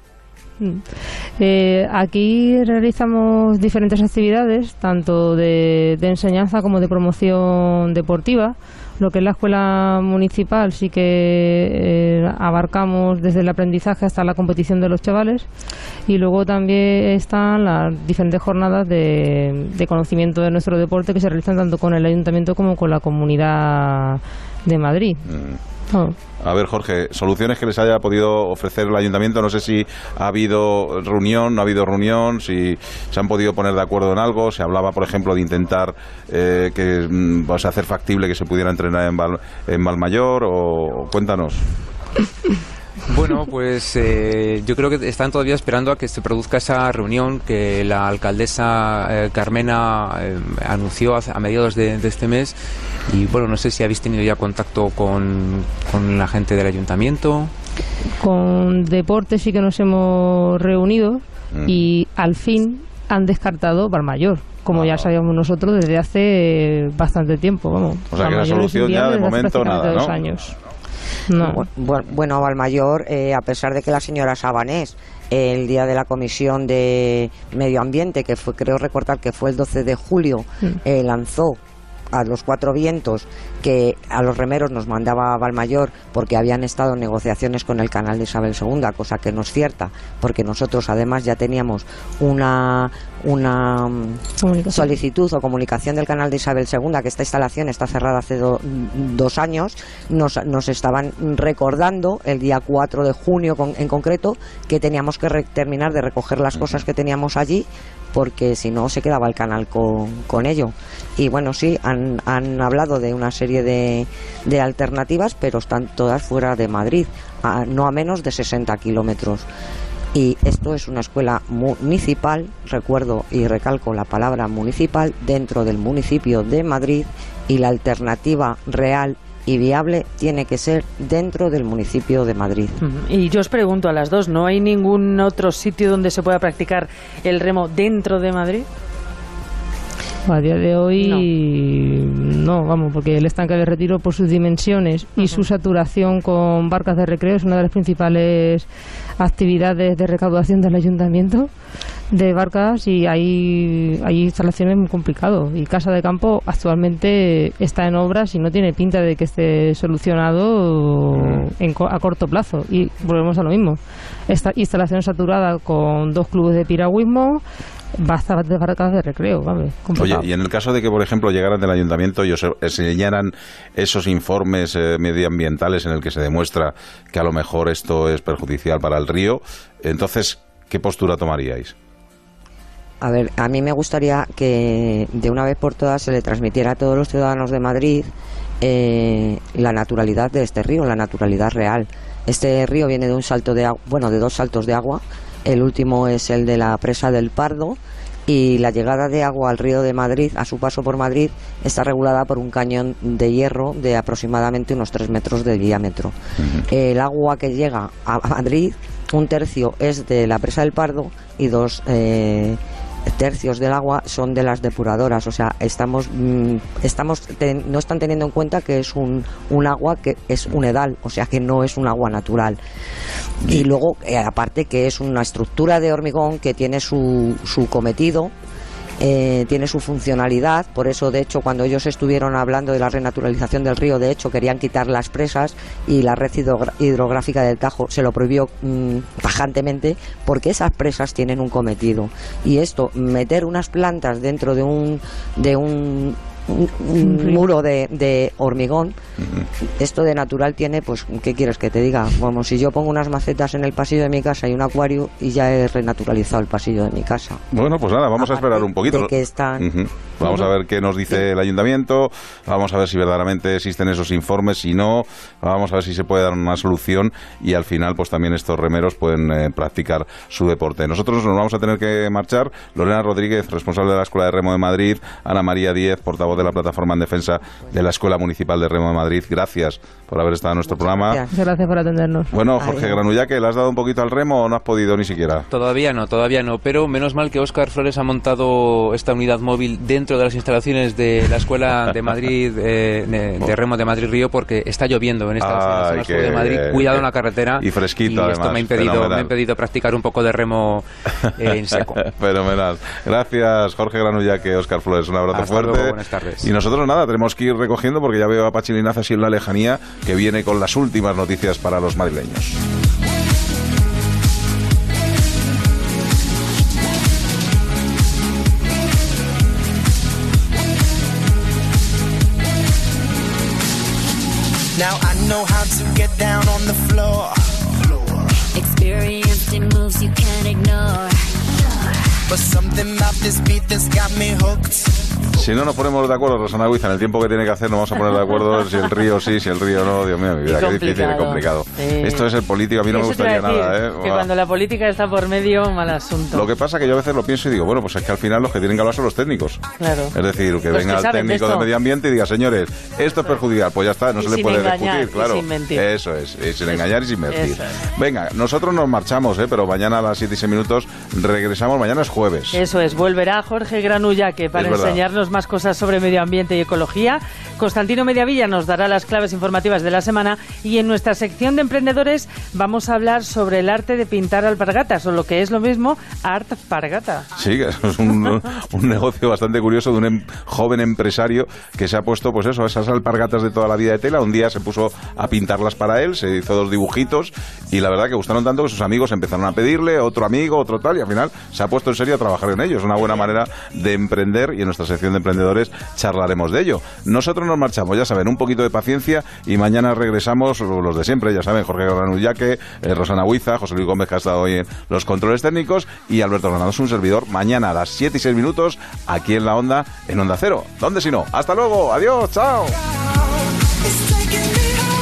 Eh, aquí realizamos diferentes actividades, tanto de, de enseñanza como de promoción deportiva. Lo que es la escuela municipal sí que eh, abarcamos desde el aprendizaje hasta la competición de los chavales, y luego también están las diferentes jornadas de, de conocimiento de nuestro deporte que se realizan tanto con el ayuntamiento como con la Comunidad de Madrid. Mm. Oh. A ver, Jorge, soluciones que les haya podido ofrecer el ayuntamiento. No sé si ha habido reunión, no ha habido reunión, si se han podido poner de acuerdo en algo. Se hablaba, por ejemplo, de intentar eh, que pues, hacer factible que se pudiera entrenar en, Val, en Valmayor, o cuéntanos. Bueno, pues eh, yo creo que están todavía esperando a que se produzca esa reunión que la alcaldesa eh, Carmena eh, anunció a, a mediados de, de este mes. Y bueno, no sé si habéis tenido ya contacto con, con la gente del ayuntamiento. Con deporte sí que nos hemos reunido mm. y al fin han descartado Valmayor, como ah, ya sabíamos nosotros desde hace bastante tiempo. Vamos, o sea que la solución ya de momento nada, ¿no? Dos años. No. Bueno, Valmayor, eh, a pesar de que la señora Sabanés, eh, el día de la comisión de medio ambiente, que fue, creo recordar que fue el doce de julio, mm. eh, lanzó a los cuatro vientos que a los remeros nos mandaba a Valmayor porque habían estado en negociaciones con el canal de Isabel segunda, cosa que no es cierta, porque nosotros además ya teníamos una una solicitud o comunicación del canal de Isabel segunda, que esta instalación está cerrada hace do, dos años. Nos, nos estaban recordando el día cuatro de junio con, en concreto, que teníamos que re, terminar de recoger las cosas que teníamos allí, porque si no se quedaba el canal con, con ello. Y bueno, sí, han, han hablado de una serie de, de alternativas, pero están todas fuera de Madrid, a, no a menos de sesenta kilómetros. Y esto es una escuela municipal, recuerdo y recalco la palabra municipal, dentro del municipio de Madrid, y la alternativa real y viable tiene que ser dentro del municipio de Madrid. Y yo os pregunto a las dos, ¿no hay ningún otro sitio donde se pueda practicar el remo dentro de Madrid? A día de hoy no. no, vamos, porque el estanque de Retiro, por sus dimensiones y uh-huh. su saturación con barcas de recreo, es una de las principales actividades de recaudación del ayuntamiento de barcas, y hay, hay instalaciones muy complicadas. Y Casa de Campo actualmente está en obras y no tiene pinta de que esté solucionado en, a corto plazo. Y volvemos a lo mismo. Esta instalación saturada con dos clubes de piragüismo, bastantes barcas de recreo, ¿vale? Oye, y en el caso de que, por ejemplo, llegaran del ayuntamiento y os enseñaran esos informes eh, medioambientales en el que se demuestra que a lo mejor esto es perjudicial para el río, entonces, ¿qué postura tomaríais? A ver, a mí me gustaría que de una vez por todas se le transmitiera a todos los ciudadanos de Madrid eh, la naturalidad de este río, la naturalidad real. Este río viene de un salto de agua, bueno, de dos saltos de agua. El último es el de la presa del Pardo, y la llegada de agua al río de Madrid, a su paso por Madrid, está regulada por un cañón de hierro de aproximadamente unos tres metros de diámetro. Uh-huh. El agua que llega a Madrid, un tercio es de la presa del Pardo y dos eh, tercios del agua son de las depuradoras. O sea, estamos, mm, estamos ten, no están teniendo en cuenta que es un, un agua que es humedal, o sea que no es un agua natural. Y luego, eh, aparte que es una estructura de hormigón que tiene su, su cometido, eh, tiene su funcionalidad. Por eso, de hecho, cuando ellos estuvieron hablando de la renaturalización del río, de hecho querían quitar las presas, y la red hidrográfica del Tajo se lo prohibió mmm, tajantemente, porque esas presas tienen un cometido. Y esto, meter unas plantas dentro de un de un un, un muro de, de hormigón, uh-huh. esto de natural tiene, pues, ¿qué quieres que te diga? Bueno, si yo pongo unas macetas en el pasillo de mi casa y un acuario, y ya he renaturalizado el pasillo de mi casa. Bueno, pues nada, vamos Aparte a esperar un poquito. De que están... uh-huh. Vamos a ver qué nos dice el ayuntamiento, vamos a ver si verdaderamente existen esos informes, si no, vamos a ver si se puede dar una solución, y al final pues también estos remeros pueden eh, practicar su deporte. Nosotros nos vamos a tener que marchar. Lorena Rodríguez, responsable de la Escuela de Remo de Madrid, Ana María Díez, portavoz de la Plataforma en Defensa de la Escuela Municipal de Remo de Madrid, gracias por haber estado en nuestro programa. Muchas gracias por atendernos. Bueno, Jorge Granullaque, ¿le has dado un poquito al remo o no has podido ni siquiera? Todavía no, todavía no, pero menos mal que Óscar Flores ha montado esta unidad móvil dentro de las instalaciones de la Escuela de Madrid, eh, de, de Remo de Madrid Río, porque está lloviendo en esta zona de Madrid. Cuidado en la carretera. Y fresquito, y además. Esto me ha impedido, me ha impedido practicar un poco de remo eh, en seco. Fenomenal. Gracias, Jorge Granullaque, Óscar Flores. Un abrazo Hasta fuerte. Luego, buenas tardes. Y nosotros nada, tenemos que ir recogiendo porque ya veo a Pachi Linaza así en la lejanía, que viene con las últimas noticias para los madrileños. Now I know how to get down on the floor. Experienced in moves you can't ignore. But something about this beat that's got me hooked. Si no nos ponemos de acuerdo, Rosana Huiza, en el tiempo que tiene que hacer, nos vamos a poner de acuerdo si el río sí, si el río no. Dios mío, mi vida, qué difícil y complicado. Sí. Esto es el político, a mí no me gustaría nada, ¿eh? Que cuando la política está por medio, mal asunto. Lo que pasa que yo a veces lo pienso y digo, bueno, pues es que al final los que tienen que hablar son los técnicos. Claro. Es decir, que los venga que el técnico de, de medio ambiente y diga, señores, esto es perjudicial, pues ya está, no y se le puede engañar, discutir, claro. Y sin mentir. Eso es, y sin engañar y sin mentir. Es. Venga, nosotros nos marchamos, ¿eh? Pero mañana a las siete y seis minutos regresamos, mañana es jueves. Eso es, volverá Jorge Granullaque para enseñarnos más cosas sobre medio ambiente y ecología. Constantino Mediavilla nos dará las claves informativas de la semana, y en nuestra sección de emprendedores vamos a hablar sobre el arte de pintar alpargatas, o lo que es lo mismo, art pargata. Sí, es un, un negocio bastante curioso de un em, joven empresario que se ha puesto, pues eso, esas alpargatas de toda la vida de tela. Un día se puso a pintarlas para él, se hizo dos dibujitos y la verdad que gustaron tanto que sus amigos empezaron a pedirle, otro amigo, otro tal, y al final se ha puesto en serio a trabajar en ello. Es una buena manera de emprender, y en nuestra sección de emprendedores charlaremos de ello. Nosotros nos marchamos, ya saben, un poquito de paciencia, y mañana regresamos los de siempre, ya saben, Jorge Granullaque, eh, Rosana Huiza, José Luis Gómez, que ha estado hoy en los controles técnicos, y Alberto Granados, un servidor, mañana a las siete y seis minutos, aquí en la Onda, en Onda Cero. ¿Dónde si no? ¡Hasta luego! ¡Adiós! ¡Chao!